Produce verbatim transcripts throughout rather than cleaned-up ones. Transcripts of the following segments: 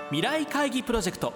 未来会議プロジェクト。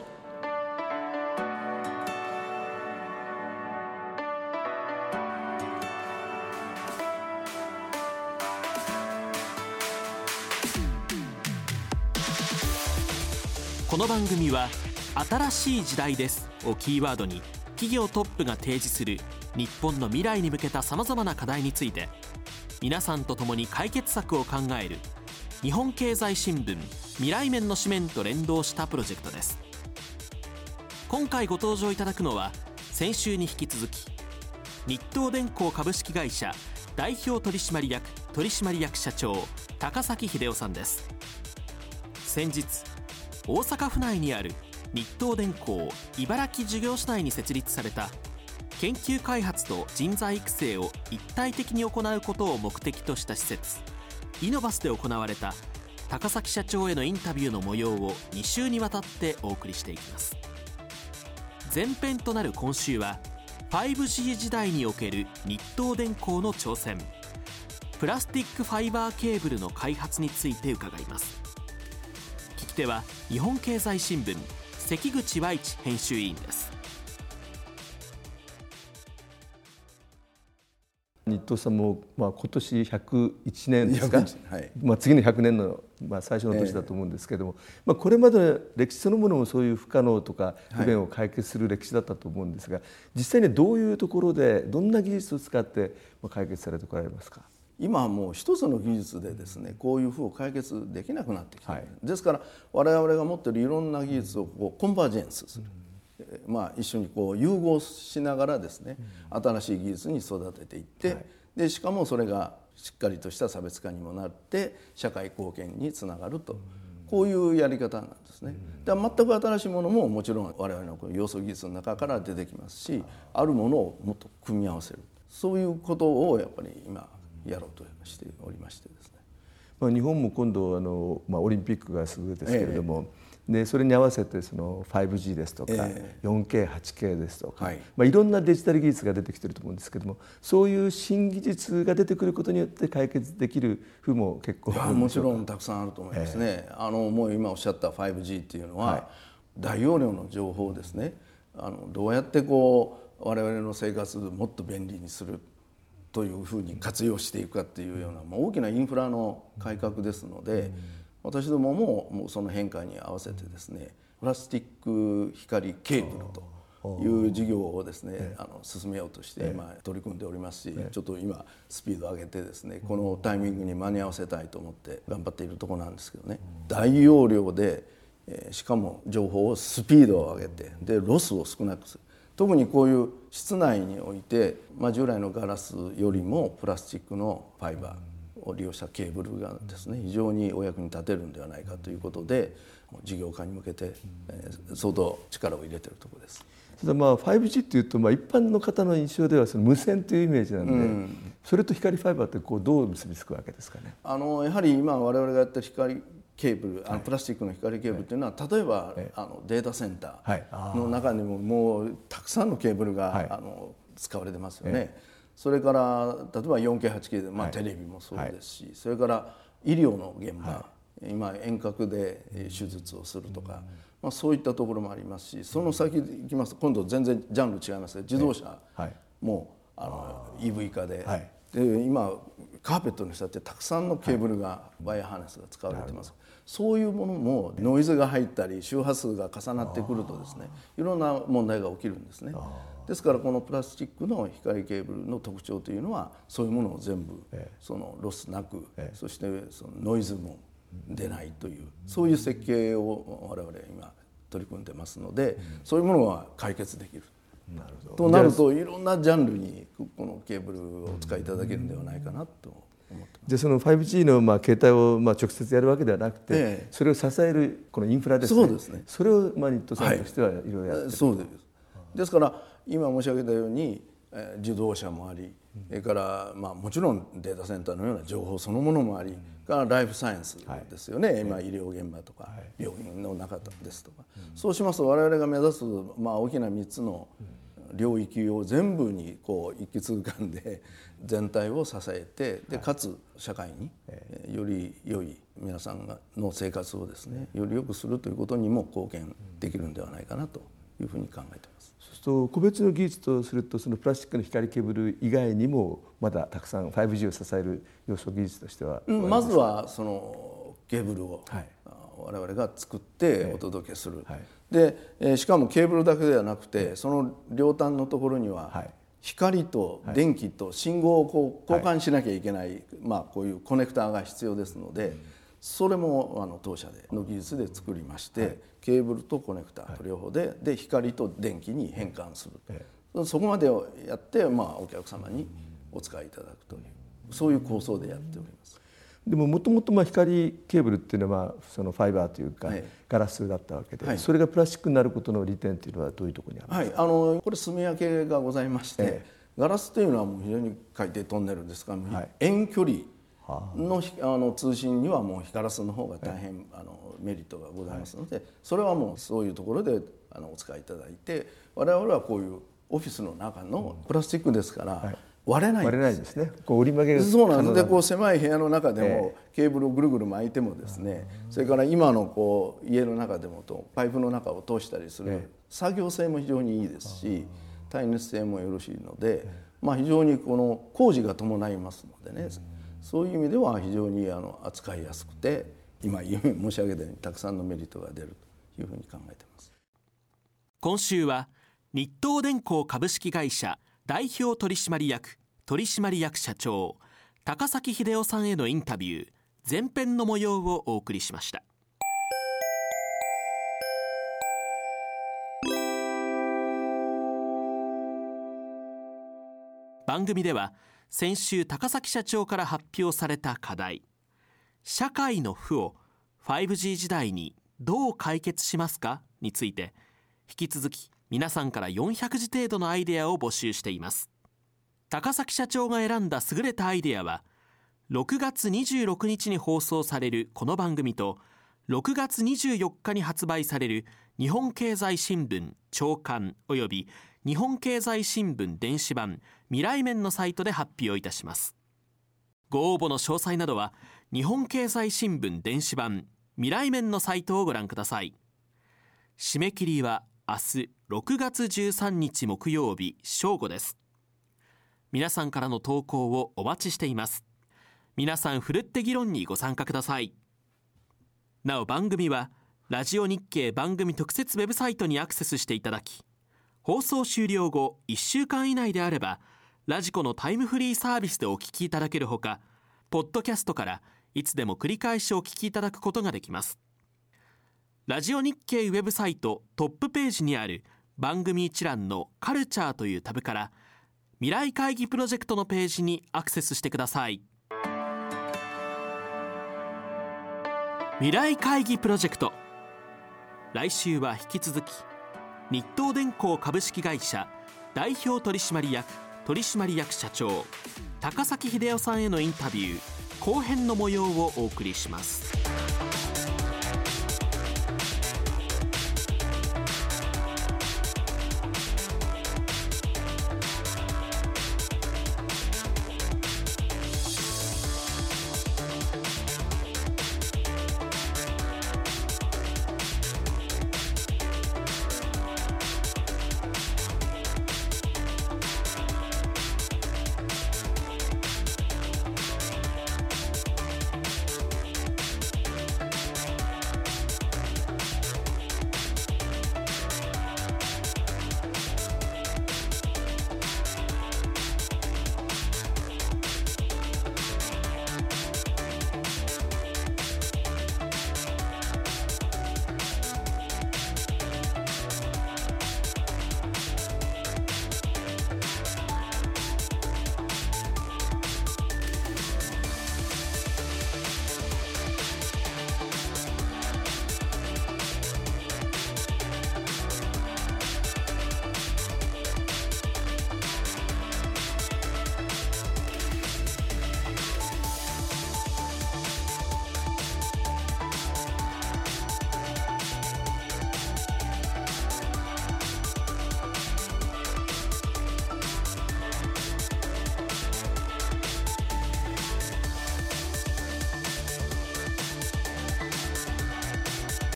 この番組は新しい時代ですをキーワードに企業トップが提示する日本の未来に向けたさまざまな課題について皆さんと共に解決策を考える日本経済新聞未来面の紙面と連動したプロジェクトです。今回ご登場いただくのは先週に引き続き日東電工株式会社代表取締役取締役社長高崎秀夫さんです。先日大阪府内にある日東電工茨城事業所内に設立された研究開発と人材育成を一体的に行うことを目的とした施設イノバスで行われた高崎社長へのインタビューの模様をに週にわたってお送りしていきます。前編となる今週は ファイブジー 時代における日東電工の挑戦、プラスティックファイバーケーブルの開発について伺います。聞き手は日本経済新聞関口和一編集委員です。 日東さんも、まあ、今年ひゃくいちねんですか、 はい、 まあ、次のひゃくねんの、まあ、最初の年だと思うんですけども、えーまあ、これまでの歴史そのものもそういう不可能とか不便を解決する歴史だったと思うんですが、はい、実際にどういうところでどんな技術を使って解決されてこられますか？ 今はもう一つの技術でですね、こういうふうを解決できなくなってきている、はい、ですから我々が持っているいろんな技術をこうコンバージェンスする、うん、まあ、一緒にこう融合しながらですね、うん、新しい技術に育てていって、はい、でしかもそれがしっかりとした差別化にもなって社会貢献につながると、うん、こういうやり方なんですね。で全く新しいものももちろん我々のこの要素技術の中から出てきますし、あるものをもっと組み合わせる、そういうことをやっぱり今やろうとしておりましてですね、 まあ、日本も今度あの、まあ、オリンピックがすぐですけれども、えー、でそれに合わせてその ファイブジー ですとか、えー、よんケー、はちケー ですとか、はい、まあ、いろんなデジタル技術が出てきていると思うんですけども、そういう新技術が出てくることによって解決できる風も結構あるんでしょうか？ もちろんたくさんあると思いますね、えー、あのもう今おっしゃった ファイブジー っていうのは、はい、大容量の情報をですね、あのどうやってこう我々の生活をもっと便利にするというふうに活用していくかっていうような、まあ、大きなインフラの改革ですので、私どもももうその変化に合わせてですね、プラスチック光ケーブルという事業をですね、あの進めようとして今取り組んでおりますし、ちょっと今スピードを上げてですね、このタイミングに間に合わせたいと思って頑張っているところなんですけどね、大容量でしかも情報をスピードを上げて、でロスを少なくする。特にこういう室内において、まあ、従来のガラスよりもプラスチックのファイバーを利用したケーブルがですね、非常にお役に立てるんではないかということで、事業化に向けて相当力を入れているところです。 ただまあ ファイブジー っていうと、まあ一般の方の印象ではその無線というイメージなんで、うん、それと光ファイバーってこうどう結びつくわけですかね？ あのやはり今我々がやってる光ケーブル、あのプラスチックの光ケーブルというのは、例えばあのデータセンターの中にももうたくさんのケーブルがあの使われてますよね。それから例えば よんケー、はちケー で、まあ、テレビもそうですし、それから医療の現場、今遠隔で手術をするとか、まあ、そういったところもありますし、その先行きますと今度全然ジャンル違いますね。自動車もあの イーブイ 化で、で今カーペットにしたってたくさんのケーブルが、ワイヤーハーネスが使われてます。そういうものもノイズが入ったり周波数が重なってくるとですね、いろんな問題が起きるんですね。ですからこのプラスチックの光ケーブルの特徴というのは、そういうものを全部そのロスなく、そしてそのノイズも出ないという、そういう設計を我々今取り組んでますので、そういうものは解決できる。なるほど。となるといろんなジャンルにこのケーブルをお使いいただけるんではないかなと。 でその ファイブジー のまあ携帯をまあ直接やるわけではなくて、ええ、それを支えるこのインフラですね。 そうですね。 それをまあ日東さんとしてはいろいろやってる、はい、 そうです。ですから今申し上げたように、えー、自動車もあり、それからまあもちろんデータセンターのような情報そのものもあり、からライフサイエンスですよね、はい、今医療現場とか、はい、病院の中ですとか、うん、そうしますと我々が目指すまあ大きなみっつの領域を全部にこう一気通貫で全体を支えて、でかつ社会により良い皆さんの生活をですねより良くするということにも貢献できるんではないかなというふうに考えています。 そうすると個別の技術とすると、そのプラスチックの光ケーブル以外にもまだたくさん ファイブジー を支える要素技術としては、 うん、まずはそのケーブルを、はい、我々が作ってお届けする、はい、でしかもケーブルだけではなくて、その両端のところには光と電気と信号をこう交換しなきゃいけない、はい、まあ、こういうコネクターが必要ですので、それもあの当社での技術で作りまして、はい、ケーブルとコネクターと両方で、で光と電気に変換する、はい、そこまでをやって、まあ、お客様にお使いいただくという、そういう構想でやっております。 でももともと光ケーブルっていうのはそのファイバーというかガラスだったわけで、はい、それがプラスチックになることの利点というのはどういうところにあるんですか？ はい、あのこれ炭焼けがございまして、ええ、ガラスというのはもう非常に海底トンネルですから、はい、遠距離の、あの通信にはもうガラスの方が大変、ええ、あのメリットがございますので、はい、それはもうそういうところであのお使いいただいて、我々はこういうオフィスの中のプラスチックですから、はい、割れないんです。 割れないですね。こう折り曲げる。 そうなんです。で、こう狭い部屋の中でもケーブルをぐるぐる巻いてもですね、えー、それから今のこう家の中でもとパイプの中を通したりする作業性も非常にいいですし、耐熱性もよろしいので、まあ非常にこの工事が伴いますのでね、そういう意味では非常にあの扱いやすくて、今申し上げたようにたくさんのメリットが出るというふうに考えています。 今週は日東電工株式会社代表取締役取締役社長高崎秀夫さんへのインタビュー前編の模様をお送りしました。番組では先週高崎社長から発表された課題、社会の負を ファイブジー 時代にどう解決しますかについて、引き続き皆さんからよんひゃくじ程度のアイデアを募集しています。高崎社長が選んだ優れたアイデアは、ろくがつにじゅうろくにちに放送されるこの番組とろくがつにじゅうよっかに発売される日本経済新聞朝刊および日本経済新聞電子版未来面のサイトで発表いたします。ご応募の詳細などは日本経済新聞電子版未来面のサイトをご覧ください。締め切りは明日ろくがつじゅうさんにち木曜日正午です。皆さんからの投稿をお待ちしています。皆さんふるって議論にご参加ください。なお番組はラジオ日経番組特設ウェブサイトにアクセスしていただき、放送終了後いっしゅうかん以内であればラジコのタイムフリーサービスでお聞きいただけるほか、ポッドキャストからいつでも繰り返しお聞きいただくことができます。ラジオ日経ウェブサイトトップページにある番組一覧のカルチャーというタブから未来会議プロジェクトのページにアクセスしてください。未来会議プロジェクト、来週は引き続き日東電工株式会社代表取締役取締役社長高崎秀夫さんへのインタビュー後編の模様をお送りします。